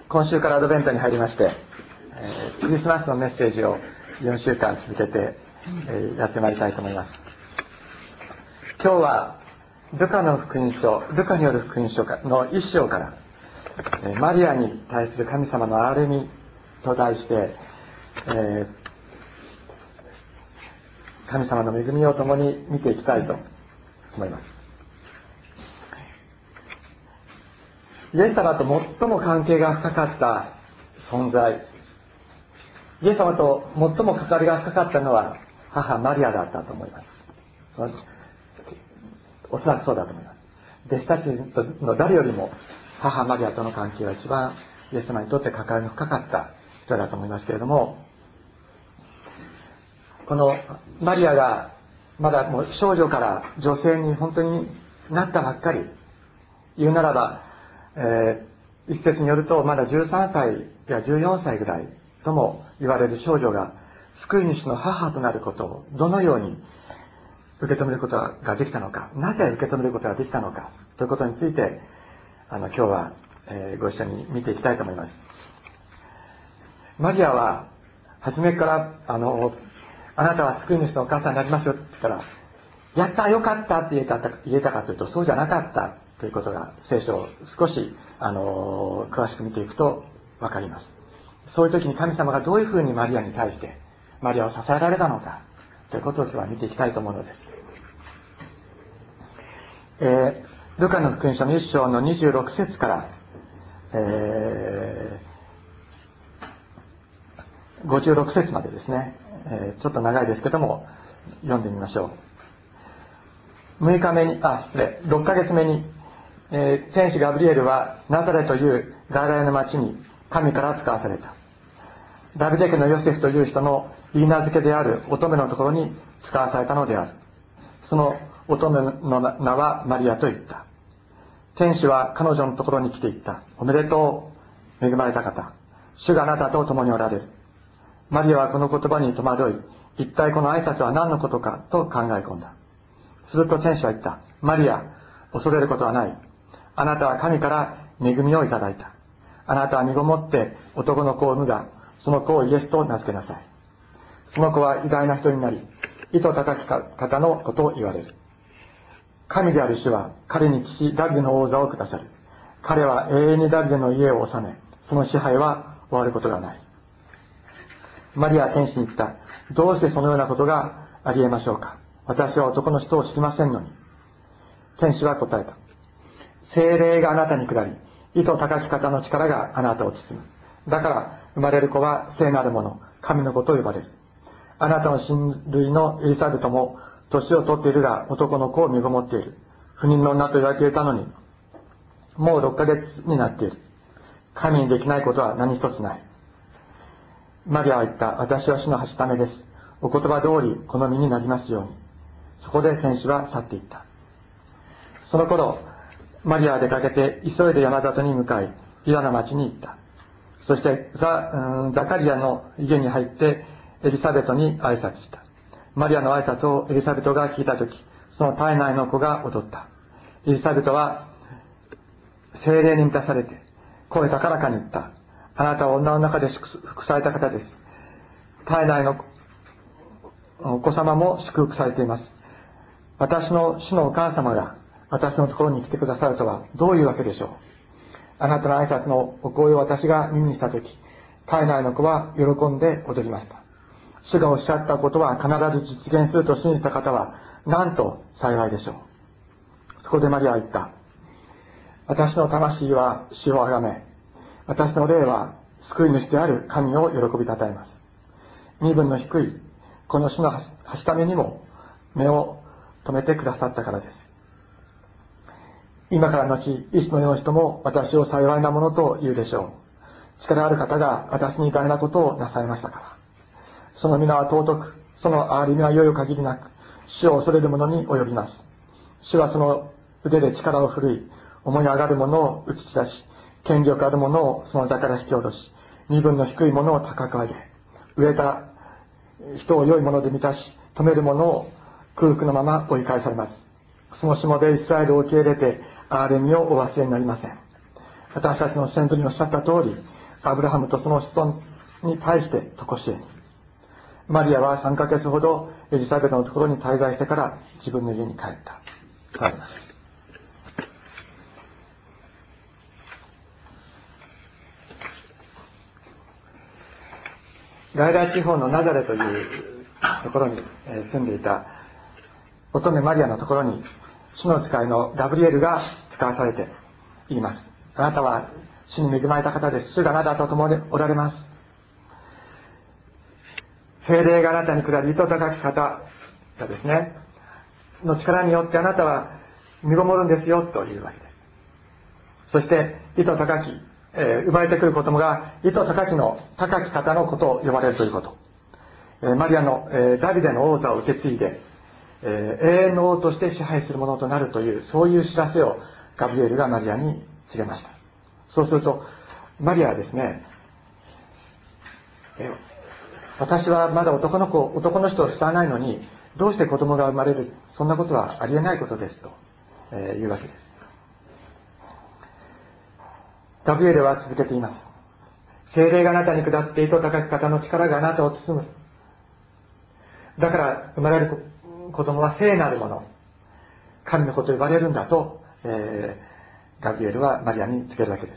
今週からアドベントに入りまして、クリスマスのメッセージを4週間続けて、やってまいりたいと思います。今日はルカによる福音書の1章から、マリアに対する神様の憐れみと題して、神様の恵みを共に見ていきたいと思います。イエス様と最も関係が深かった存在、イエス様と最も関わりが深かったのは母マリアだったと思います。おそらくそうだと思います。弟子たちの誰よりも母マリアとの関係は一番イエス様にとって関わりの深かった人だと思いますけれども、このマリアがまだもう少女から女性に本当になったばっかり、言うならば、一説によるとまだ13歳や14歳ぐらいとも言われる少女が救い主の母となることをどのように受け止めることができたのか、なぜ受け止めることができたのかということについて今日は、ご一緒に見ていきたいと思います。マリアは初めからあなたは救い主のお母さんになりますよって言ったら、やったよかったって言えたかというと、そうじゃなかったということが聖書を少し詳しく見ていくと分かります。そういう時に神様がどういうふうにマリアに対してマリアを支えられたのかということを今日は見ていきたいと思うのです。ルカの福音書の1章の26節から、56節までですね、ちょっと長いですけども読んでみましょう。6ヶ月目に、天使ガブリエルはナザレというガリラヤの町に神から使わされた。ダビデ家のヨセフという人の言い名付けである乙女のところに使わされたのである。その乙女の名はマリアと言った。天使は彼女のところに来て言った。おめでとう、恵まれた方、主があなたと共におられる。マリアはこの言葉に戸惑い、一体この挨拶は何のことかと考え込んだ。すると天使は言った。マリア、恐れることはない。あなたは神から恵みをいただいた。あなたは身ごもって男の子を産むが、その子をイエスと名付けなさい。その子は偉大な人になり、意図高き方のことを言われる。神である主は彼に父ダビデの王座をくださる。彼は永遠にダビデの家を治め、その支配は終わることがない。マリアは天使に言った。どうしてそのようなことがありえましょうか。私は男の人を知りませんのに。天使は答えた。聖霊があなたに下り、意図高き方の力があなたを包む。だから生まれる子は聖なるもの、神の子と呼ばれる。あなたの親類のエリサベトも年を取っているが男の子を身ごもっている。不妊の女と言われていたのに、もう6ヶ月になっている。神にできないことは何一つない。マリアは言った。私は主のはしためです。お言葉通りこの身になりますように。そこで天使は去っていった。その頃、マリアは出かけて急いで山里に向かい、ユダの町に行った。そしてザカリアの家に入ってエリサベトに挨拶した。マリアの挨拶をエリサベトが聞いたとき、その体内の子が踊った。エリサベトは聖霊に満たされて声高らかに言った。あなたは女の中で祝福された方です。体内のお子様も祝福されています。私の主のお母様が私のところに来てくださるとはどういうわけでしょう。あなたの挨拶のお声を私が耳にしたとき、体内の子は喜んで踊りました。主がおっしゃったことは必ず実現すると信じた方はなんと幸いでしょう。そこでマリアは言った。私の魂は主をあがめ、私の霊は救い主である神を喜びたたえます。身分の低いこの主のはしためにも目を留めてくださったからです。今から後、医師の世の人も私を幸いなものと言うでしょう。力ある方が私に大なことをなさいましたから。その皆は尊く、その憐れみはよよ限りなく、主を恐れる者に及びます。主はその腕で力を振るい、思い上がる者を打ち散らし、権力ある者をその座から引き下ろし、身分の低い者を高く上げ、飢えた人を良いもので満たし、止める者を空腹のまま追い返されます。そのしもべイスラエルを受け入れて、憐れみをお忘れになりません。私たちの先祖におっしゃった通り、 アブラハムとその子孫に対して常しえに。マリアは3ヶ月ほどエリザベトのところに滞在してから自分の家に帰ったとあります。ガリラヤ地方のナザレというところに住んでいた乙女マリアのところに主の使いのガブリエルが使わされて言います。あなたは主に恵まれた方です。主があなたと共におられます。聖霊があなたに下り、糸高き方がですねの力によってあなたは身ごもるんですよというわけです。そして糸高き、生まれてくる子供が糸高き方のことを呼ばれるということ、マリアの、ダビデの王座を受け継いで、永遠の王として支配するものとなるという、そういう知らせをガブリエルがマリアに告げました。そうするとマリアはですね、私はまだ男の人を知らないのにどうして子供が生まれる、そんなことはありえないことですと、いうわけです。ガブリエルは続けています。聖霊があなたに下って糸高き方の力があなたを包む。だから生まれる子供は聖なるもの、神の子と呼ばれるんだと、ガブリエルはマリアに告げるわけです。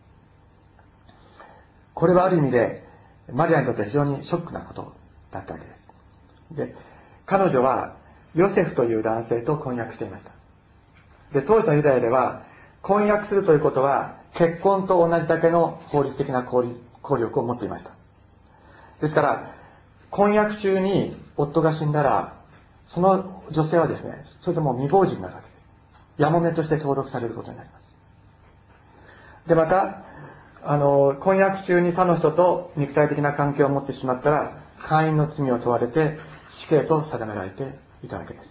これはある意味でマリアにとって非常にショックなことだったわけです。で、彼女はヨセフという男性と婚約していました。で、当時のユダヤでは婚約するということは結婚と同じだけの法律的な効力を持っていました。ですから婚約中に夫が死んだらその女性はですね、それでもう未亡人になるわけです。やもめとして登録されることになります。で、また婚約中に他の人と肉体的な関係を持ってしまったら姦淫の罪を問われて死刑と定められていたわけです。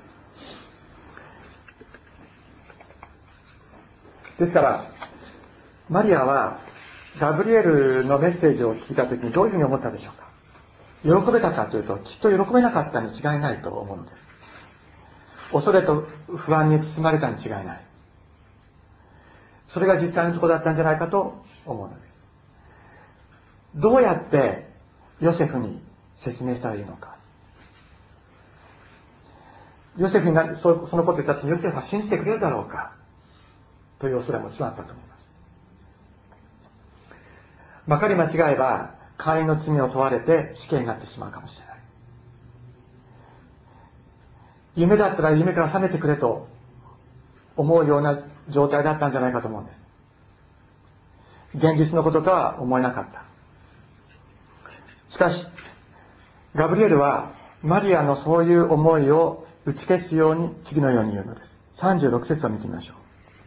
ですからマリアはガブリエルのメッセージを聞いたときにどういうふうに思ったでしょうか。喜べたかというと、きっと喜べなかったに違いないと思うのです。恐れと不安に包まれたに違いない。それが実際のところだったんじゃないかと思うのです。どうやってヨセフに説明したらいいのか。ヨセフにそのことを言ったときにヨセフは信じてくれるだろうかという恐れはもちろんあったと思います。まかり間違えば姦淫の罪を問われて死刑になってしまうかもしれない。夢だったら夢から覚めてくれと思うような状態だったんじゃないかと思うんです。現実のこととは思えなかった。しかしガブリエルはマリアのそういう思いを打ち消すように次のように言うのです。36節を見てみましょう。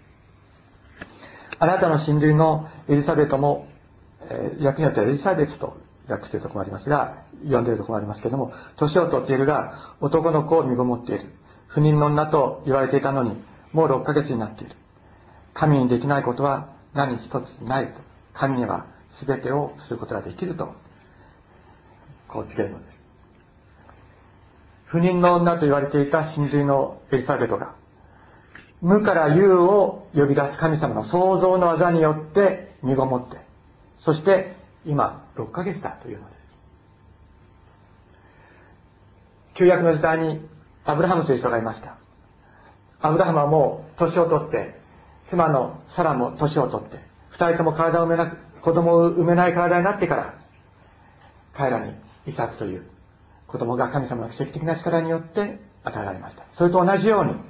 あなたの親類のエリザベトも、訳によってはエリザベスと訳しているところもありますが、呼んでいるところもありますけれども、年を取っているが男の子を身ごもっている。不妊の女と言われていたのにもう6ヶ月になっている。神にできないことは何一つないと。神には全てをすることができるとこう告げるのです。不妊の女と言われていた親類のエリザベトが無から有を呼び出す神様の創造の技によって身ごもって、そして今6ヶ月だというのです。旧約の時代にアブラハムという人がいました。アブラハムはもう年を取って、妻のサラも年を取って、二人とも子供を産めない体になってから彼らにイサクという子供が神様の奇跡的な力によって与えられました。それと同じように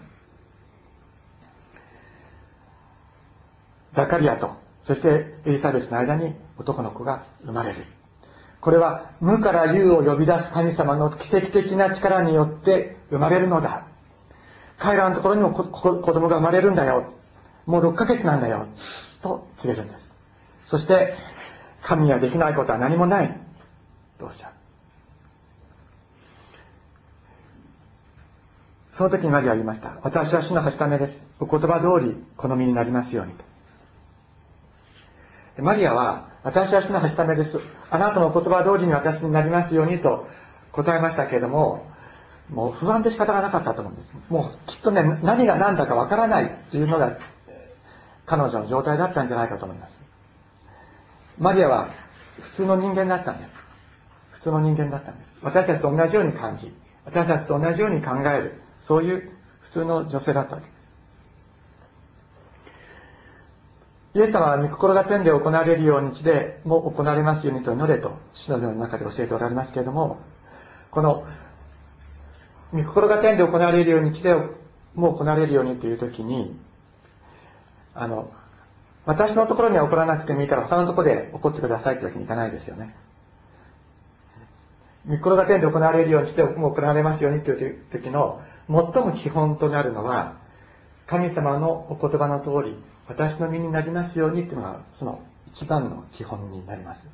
ザカリアとそしてエリザベスの間に男の子が生まれる。これは無から有を呼び出す神様の奇跡的な力によって生まれるのだ。彼らのところにも子供が生まれるんだよ。もう6ヶ月なんだよと告げるんです。そして神にはできないことは何もないとおっしゃる。その時にマリアは言いました。私は主のはしためです。お言葉通り好みになりますようにと。マリアは私は主のはしためです。あなたの言葉通りに私になりますようにと答えましたけれども、もう不安で仕方がなかったと思うんです。もうきっとね、何が何だかわからないというのが彼女の状態だったんじゃないかと思います。 マリアは普通の人間だったんです。普通の人間だったんです。私たちと同じように感じ、私たちと同じように考える、そういう普通の女性だったわけです。イエス様は御心が天で行われるように地でも行われますようにと祈れと主のの中で教えておられますけれども、この御心が天で行われるように地でも行われるようにというときに、私のところには起こらなくてもいいから他のところで起こってくださいというわけにいかないですよね。御心が天で行われるように地でも行われますようにという時の最も基本となるのは、神様のお言葉の通り私の身になりますようにというのがその一番の基本になります。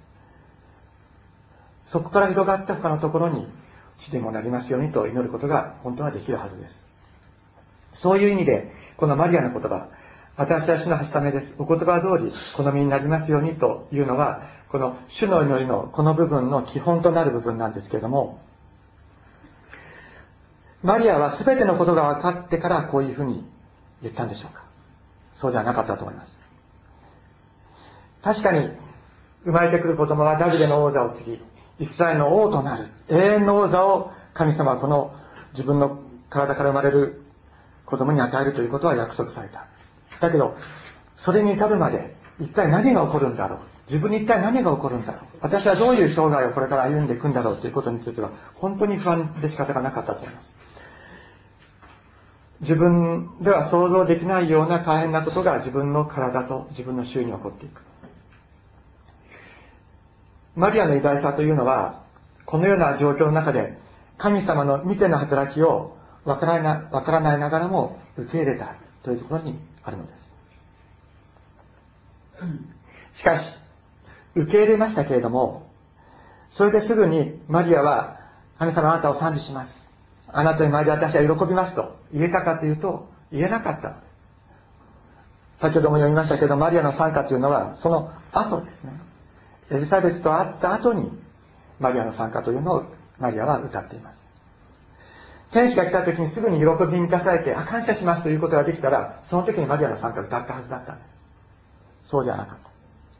そこから広がって他のところに地でもなりますようにと祈ることが本当はできるはずです。そういう意味でこのマリアの言葉、私は主のはしためです、お言葉通りこの身になりますようにというのは、この主の祈りのこの部分の基本となる部分なんですけれども、マリアは全てのことが分かってからこういうふうに言ったんでしょうか。そうではなかったと思います。確かに生まれてくる子供はダビデの王座を継ぎイスラエルの王となる永遠の王座を神様はこの自分の体から生まれる子供に与えるということは約束された。だけどそれに至るまで一体何が起こるんだろう、自分に一体何が起こるんだろう、私はどういう生涯をこれから歩んでいくんだろうということについては本当に不安で仕方がなかったと思います。自分では想像できないような大変なことが自分の体と自分の周囲に起こっていく。マリアの偉大さというのはこのような状況の中で神様の見ての働きをわからないながらも受け入れたというところにあるのです。しかし受け入れましたけれども、それですぐにマリアは神様あなたを賛美します、あなたの前で私は喜びますと言えたかというと言えなかった。先ほども読みましたけれど、マリアの賛歌というのはその後ですね。エリザベスと会った後にマリアの賛歌というのをマリアは歌っています。天使が来た時にすぐに喜びに満たされて感謝しますということができたら、その時にマリアの賛歌を歌ったはずだったんです。そうではなかった。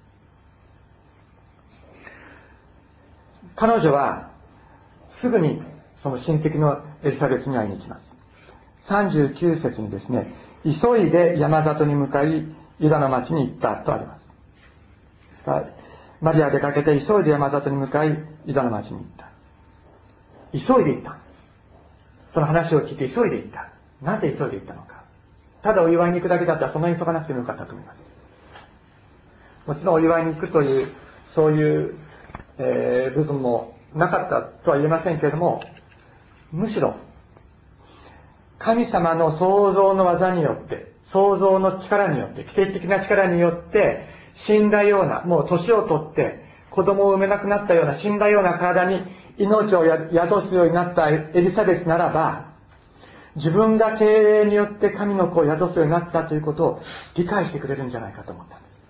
彼女はすぐにその親戚のエリザベスに会いに行きます。39節にですね、急いで山里に向かいユダの町に行ったとあります。マリア出かけて急いで山里に向かいユダの町に行った。急いで行った。その話を聞いて急いで行った。なぜ急いで行ったのか。ただお祝いに行くだけだったらそんなに急がなくてもよかったと思います。もちろんお祝いに行くというそういう、部分もなかったとは言えませんけれども、むしろ神様の創造の技によって、創造の力によって、奇跡的な力によって死んだような、もう年を取って子供を産めなくなったような、死んだような体に命を宿すようになったエリザベスならば、自分が聖霊によって神の子を宿すようになったということを理解してくれるんじゃないかと思ったんです。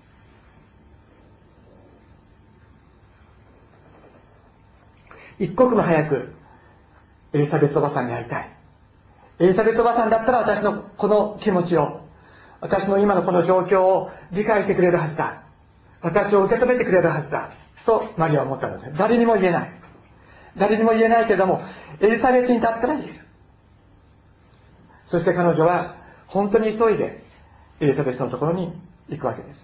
一刻も早くエリザベスおばさんに会いたい。エリザベスおばさんだったら私のこの気持ちを、私の今のこの状況を理解してくれるはずだ、私を受け止めてくれるはずだとマリアは思ったのです。誰にも言えない、誰にも言えないけれどもエリザベスにだったら言える。そして彼女は本当に急いでエリザベスのところに行くわけです。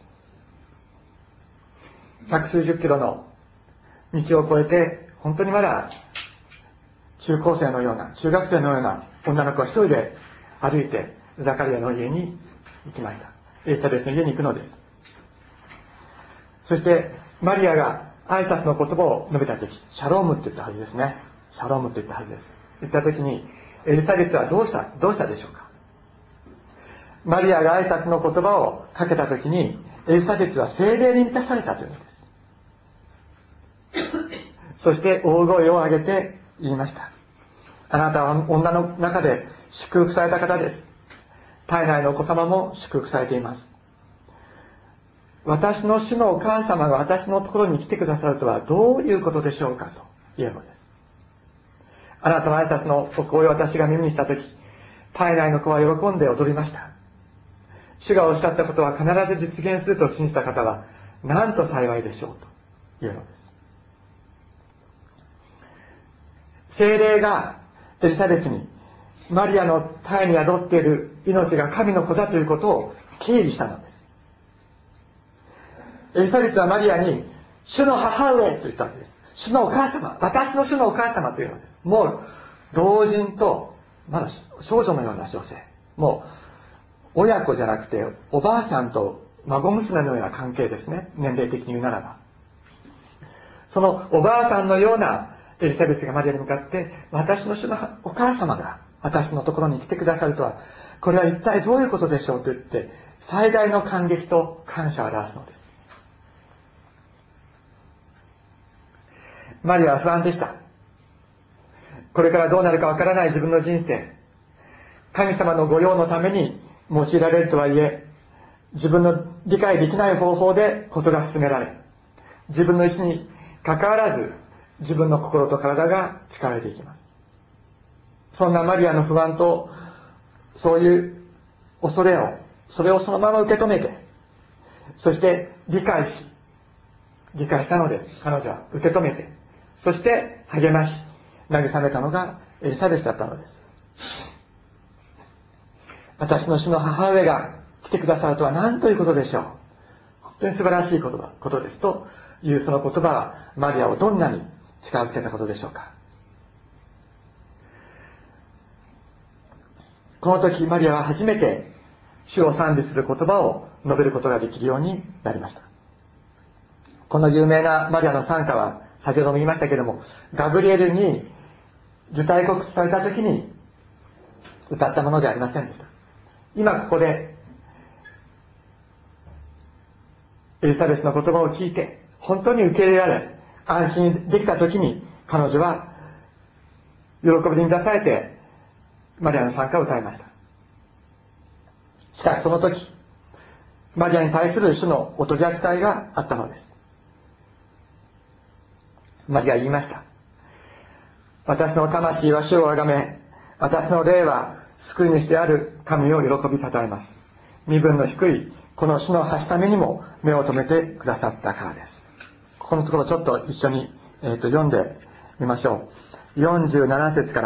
百数十キロの道を越えて、本当にまだ中高生のような、中学生のような女の子は一人で歩いてザカリアの家に行きました。エリザベスの家に行くのです。そしてマリアが挨拶の言葉を述べた時、シャロームって言ったはずですね。シャロームって言ったはずです。言った時にエリザベスはどうしたでしょうか。マリアが挨拶の言葉をかけた時にエリザベスは聖霊に満たされたというのです。そして大声を上げて言いました。あなたは女の中で祝福された方です。体内のお子様も祝福されています。私の主のお母様が私のところに来てくださるとはどういうことでしょうかと言うのです。あなたの挨拶のお声を私が耳にしたとき、体内の子は喜んで踊りました。主がおっしゃったことは必ず実現すると信じた方はなんと幸いでしょうというのです。聖霊がエリザベスにマリアの胎に宿っている命が神の子だということを掲示したのです。エリザベスはマリアに主の母上と言ったわけです。主のお母様、私の主のお母様というのです。もう老人とまだ少女のような女性、もう親子じゃなくておばあさんと孫娘のような関係ですね、年齢的に言うならば。そのおばあさんのようなエリザベスがマリアに向かって、私の主のお母様が私のところに来てくださるとは、これは一体どういうことでしょうと言って最大の感激と感謝を表すのです。マリアは不安でした。これからどうなるかわからない自分の人生、神様の御用のために用いられるとはいえ、自分の理解できない方法で事が進められ、自分の意思に関わらず自分の心と体が使われていきます。そんなマリアの不安とそういう恐れを、それをそのまま受け止めて、そして理解したのです。彼女は受け止めて、そして励まし慰めたのがエリザベスだったのです。私の主の母上が来てくださるとは何ということでしょう。本当に素晴らしいことですというその言葉はマリアをどんなに近づけたことでしょうか。この時マリアは初めて主を賛美する言葉を述べることができるようになりました。この有名なマリアの賛歌は先ほども言いましたけれども、ガブリエルに受胎告知された時に歌ったものではありませんでした。今ここでエリザベスの言葉を聞いて本当に受け入れられ安心できた時に、彼女は喜びに満たされてマリアの賛歌を歌いました。しかしその時マリアに対する主のお取り扱いがあったのです。マリアは言いました。私の魂は主をあがめ、私の霊は救い主である神を喜びたたえます。身分の低いこの主の橋ためにも目を留めてくださったからです。ここのところちょっと一緒に、読んでみましょう。47節から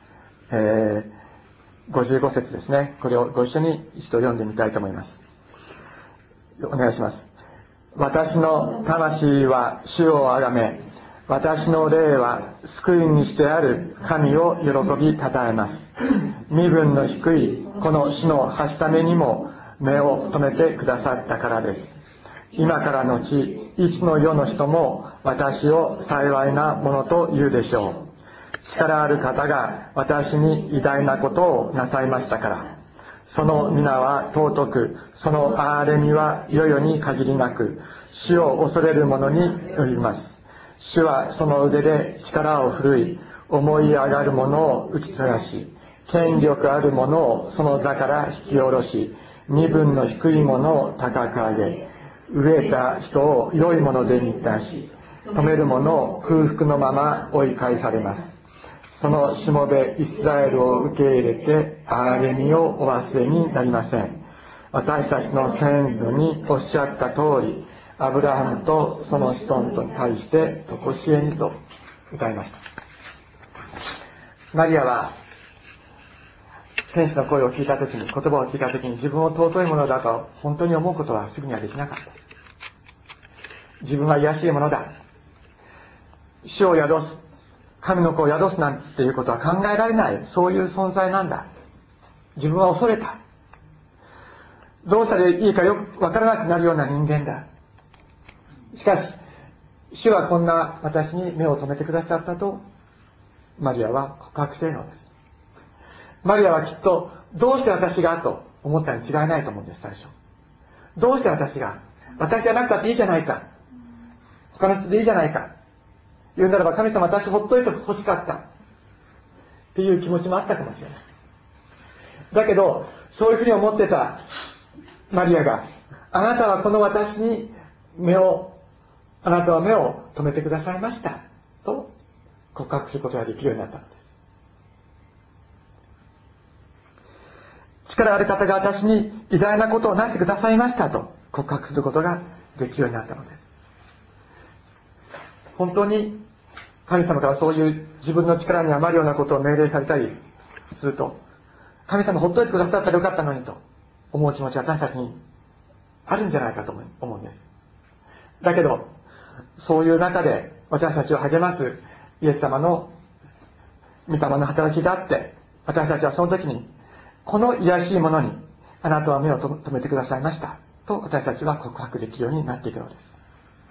、55節ですね。これをご一緒に一度読んでみたいと思います。お願いします。私の魂は主をあがめ、私の霊は救い主である神を喜びたたえます。身分の低いこの主の橋ためにも目を留めてくださったからです。今からのちいつの世の人も私を幸いなものと言うでしょう。力ある方が私に偉大なことをなさいましたから。その皆は尊く、その憐れみは世々に限りなく、主を恐れる者によります。主はその腕で力を振るい、思い上がる者を打ち探し、権力ある者をその座から引き下ろし、身分の低い者を高く上げ、飢えた人を良いもので満たし、富める者を空腹のまま追い返されます。そのしもべイスラエルを受け入れて憐れみをお忘れになりません。私たちの先祖におっしゃった通り、アブラハムとその子孫とに対して常しえにと歌いました。マリアは天使の声を聞いた時に、言葉を聞いた時に、自分を尊いものだと本当に思うことはすぐにはできなかった。自分は卑しいものだ、主を宿す、神の子を宿すなんていうことは考えられない、そういう存在なんだ。自分は恐れた。どうしたらいいかよくわからなくなるような人間だ。しかし主はこんな私に目を留めてくださったとマリアは告白しているのです。マリアはきっとどうして私がと思ったに違いないと思うんです。最初どうして私が、私じゃなくたっていいじゃないか、他の人でいいじゃないか、言うならば神様私ほっといて欲しかったっていう気持ちもあったかもしれない。だけどそういうふうに思ってたマリアが、あなたはこの私にあなたは目を留めてくださいましたと告白することができるようになったのです。力ある方が私に偉大なことをなしてくださいましたと告白することができるようになったのです。本当に神様からそういう自分の力に余るようなことを命令されたりすると、神様ほっといてくださったらよかったのにと思う気持ちが私たちにあるんじゃないかと思うんです。だけど、そういう中で私たちを励ますイエス様の御霊の働きがあって、私たちはその時に、この卑しいものにあなたは目を留めてくださいましたと私たちは告白できるようになっていくのです。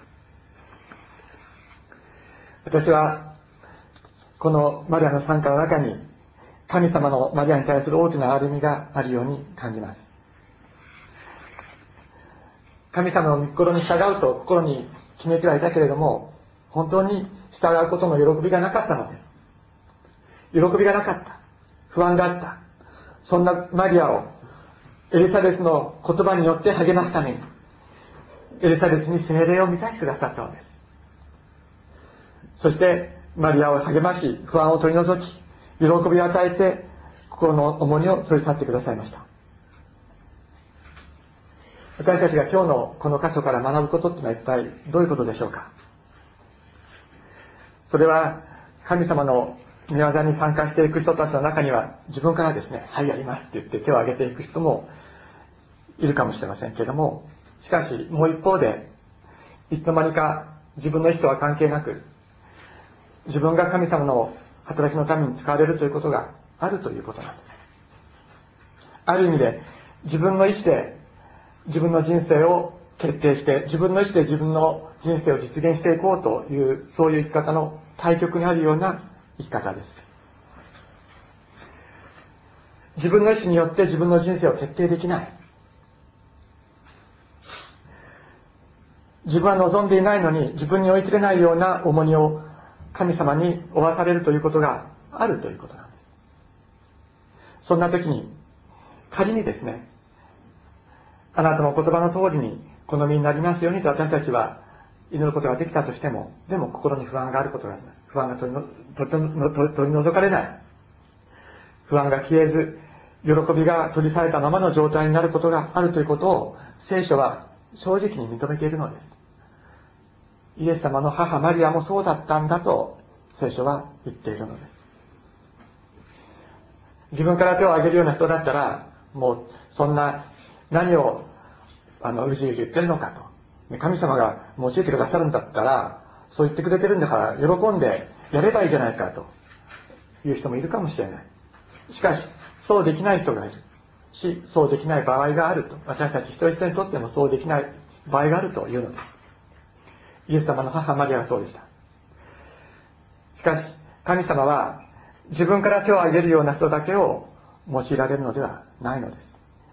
私はこのマリアの賛歌の中に、神様のマリアに対する大きな歩みがあるように感じます。神様の御心に従うと心に決めてはいたけれども、本当に従うことの喜びがなかったのです。喜びがなかった。不安があった。そんなマリアをエリザベスの言葉によって励ますために、エリザベスに聖霊を満たしてくださったのです。そしてマリアを励まし、不安を取り除き、喜びを与えて、心の重荷を取り去ってくださいました。私たちが今日のこの箇所から学ぶことっていうのは一体どういうことでしょうか。それは神様の御業に参加していく人たちの中には、自分からですね、はい、やりますって言って手を挙げていく人もいるかもしれませんけれども、しかしもう一方で、いつの間にか自分の意思とは関係なく、自分が神様の働きのために使われるということがあるということなんです。ある意味で自分の意思で自分の人生を決定して、自分の意思で自分の人生を実現していこうという、そういう生き方の対極にあるような生き方です。自分の意思によって自分の人生を決定できない。自分は望んでいないのに自分に追い切れないような重荷を神様に負わされるということがあるということなんです。そんな時に、仮にですね、あなたの言葉の通りに好みになりますようにと私たちは祈ることができたとしても、でも心に不安があることがあります。不安が取り除かれない。不安が消えず、喜びが取り去れたままの状態になることがあるということを聖書は正直に認めているのです。イエス様の母マリアもそうだったんだと聖書は言っているのです。自分から手を挙げるような人だったら、もうそんな何をうじうじ言ってるのかと。神様が用いてくださるんだったら、そう言ってくれてるんだから喜んでやればいいじゃないかという人もいるかもしれない。しかしそうできない人がいるし、そうできない場合があると。私たち一人一人にとってもそうできない場合があるというのです。イエス様の母マリアはそうでした。しかし神様は自分から手を挙げるような人だけを用いられるのではないのです。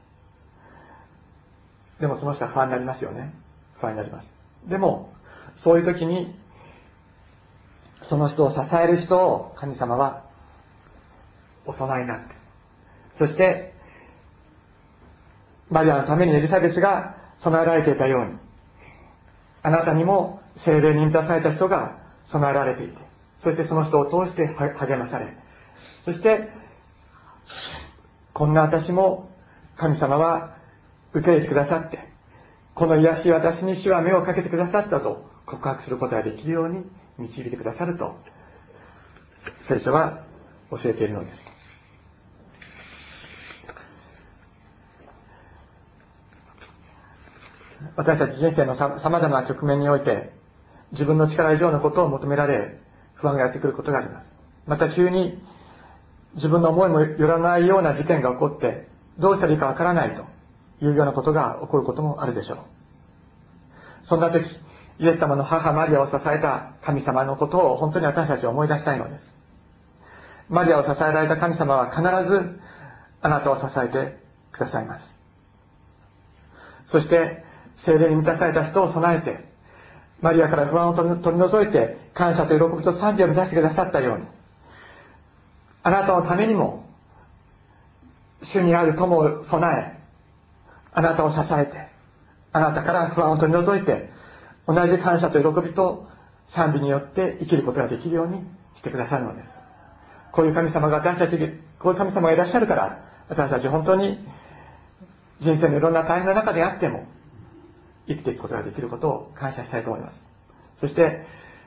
でもその人は不安になりますよね。不安になります。でもそういう時にその人を支える人を神様はお備えになって、そしてマリアのためにエリザベスが備えられていたように、あなたにも聖霊に満たされた人が備えられていて、そしてその人を通して励まされ、そしてこんな私も神様は受け入れてくださって、この癒しい私に主は目をかけてくださったと告白することができるように導いてくださると聖書は教えているのです。私たち人生のさまざまな局面において、自分の力以上のことを求められ、不安がやってくることがあります。また急に自分の思いもよらないような事件が起こって、どうしたらいいかわからないというようなことが起こることもあるでしょう。そんな時、イエス様の母マリアを支えた神様のことを本当に私たちは思い出したいのです。マリアを支えられた神様は必ずあなたを支えてくださいます。そして聖霊に満たされた人を備えて、マリアから不安を取り除いて感謝と喜びと賛美を満たしてくださったように、あなたのためにも主にある友を備え、あなたを支えて、あなたから不安を取り除いて、同じ感謝と喜びと賛美によって生きることができるようにしてくださるのです。こういう神様がこういう神様がいらっしゃるから、私たち本当に人生のいろんな大変な中であっても、 生きていくことができることを感謝したいと思います。そして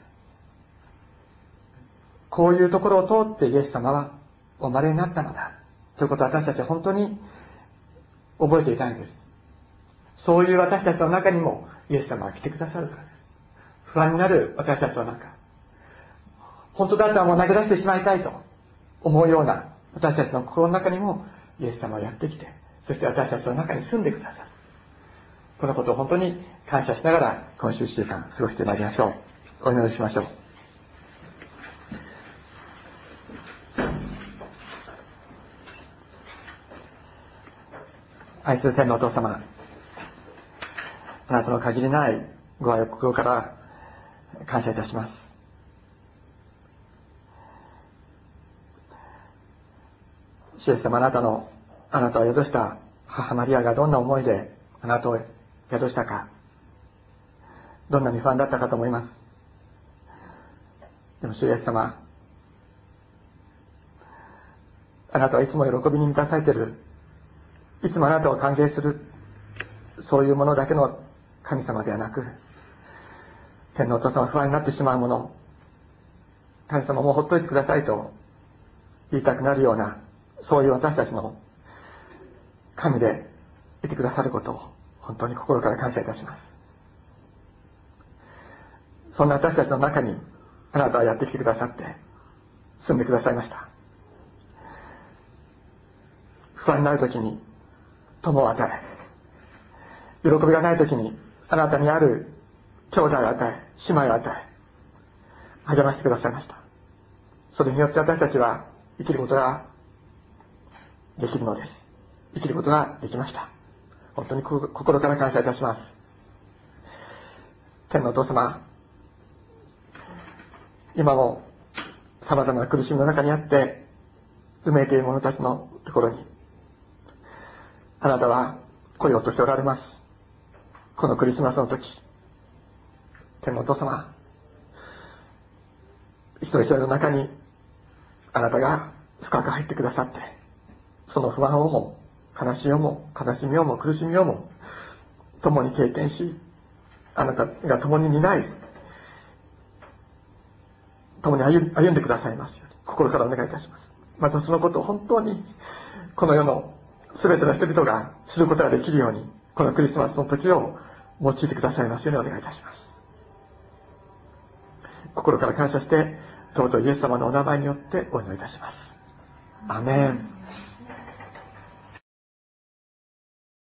こういうところを通ってイエス様はお生まれになったのだということを私たちは本当に覚えていたいんです。そういう私たちの中にもイエス様が来てくださるからです。不安になる私たちの中、本当だったらもう投げ出してしまいたいと思うような私たちの心の中にもイエス様はやってきて、そして私たちの中に住んでくださる。このことを本当に感謝しながら今週1週間過ごしてまいりましょう。お祈りしましょう。愛する天のお父様、あなたの限りないご愛を心から感謝いたします。主イエス様、あなたを宿した母マリアがどんな思いであなたを宿したか、どんなに不安だったかと思います。でも主イエス様、あなたはいつも喜びに満たされている、いつもあなたを歓迎する、そういうものだけの神様ではなく、天のお父様不安になってしまうもの、神様もうほっといてくださいと言いたくなるような、そういう私たちの神でいてくださることを本当に心から感謝いたします。そんな私たちの中にあなたはやってきてくださって住んでくださいました。不安になるときに友を与え、喜びがないときにあなたにある兄弟を与え、姉妹を与え、励ましてくださいました。それによって私たちは生きることができるのです。生きることができました。本当に心から感謝いたします。天のお父様、今も様々な苦しみの中にあってうめいている者たちのところにあなたは来ようとしておられます。このクリスマスの時、天のお父様、一人一人の中にあなたが深く入ってくださって、その不安をも悲しみをも苦しみをも共に経験し、あなたが共に担い、共に歩んでくださいますように心からお願いいたします。またそのことを本当にこの世の全ての人々が知ることができるように、このクリスマスの時を用いてくださいますようにお願いいたします。心から感謝して、尊いイエス様のお名前によってお祈りいたします。アメン。